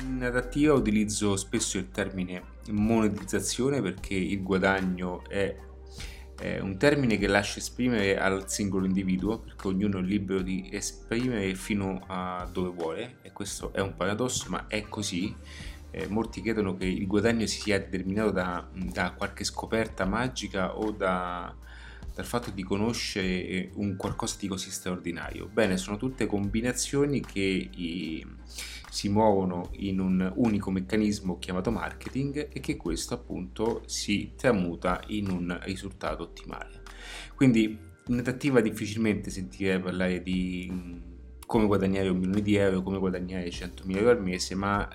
In adattiva utilizzo spesso il termine monetizzazione perché il guadagno è un termine che lascia esprimere al singolo individuo, perché ognuno è libero di esprimere fino a dove vuole, e questo è un paradosso, ma è così. Molti credono che il guadagno si sia determinato da qualche scoperta magica o dal fatto di conoscere un qualcosa di così straordinario. Bene, sono tutte combinazioni che si muovono in un unico meccanismo chiamato marketing e che questo appunto si tramuta in un risultato ottimale. Quindi in adattiva difficilmente sentirei parlare di come guadagnare 1 milione di euro, come guadagnare 100.000 euro al mese, ma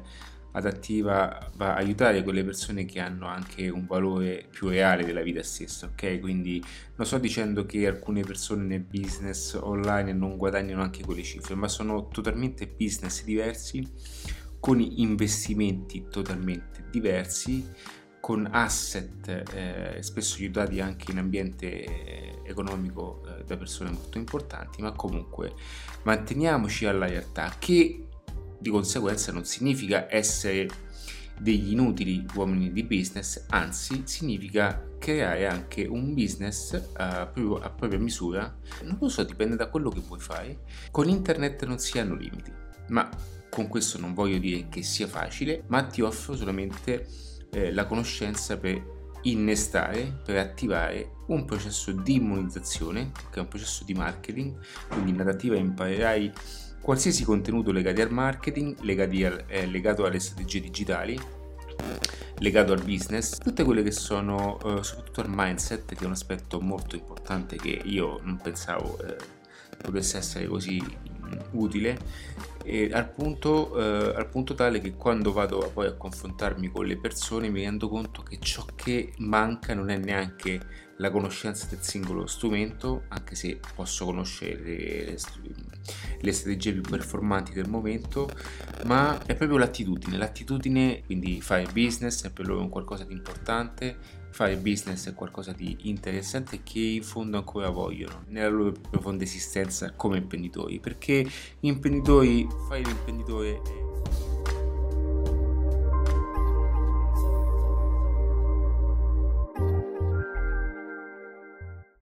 adattiva va a aiutare quelle persone che hanno anche un valore più reale della vita stessa, ok? Quindi non sto dicendo che alcune persone nel business online non guadagnano anche quelle cifre, ma sono totalmente business diversi, con investimenti totalmente diversi, con asset spesso aiutati anche in ambiente economico da persone molto importanti, ma comunque manteniamoci alla realtà, che di conseguenza non significa essere degli inutili uomini di business, anzi significa creare anche un business a propria misura. Non lo so, dipende da quello che vuoi fare. Con internet non si hanno limiti, ma con questo non voglio dire che sia facile, ma ti offro solamente la conoscenza per innestare, per attivare un processo di monetizzazione, che è un processo di marketing. Quindi in narrativa imparerai qualsiasi contenuto legato al marketing, legato alle strategie digitali, legato al business, tutte quelle che sono soprattutto al mindset, che è un aspetto molto importante che io non pensavo potesse essere così utile, al punto tale che quando vado poi a confrontarmi con le persone mi rendo conto che ciò che manca non è neanche la conoscenza del singolo strumento, anche se posso conoscere le strategie più performanti del momento, ma è proprio l'attitudine, quindi fare business è per loro un qualcosa di importante, fare business è qualcosa di interessante che in fondo ancora vogliono nella loro profonda esistenza come imprenditori, perché imprenditori, fare l'imprenditore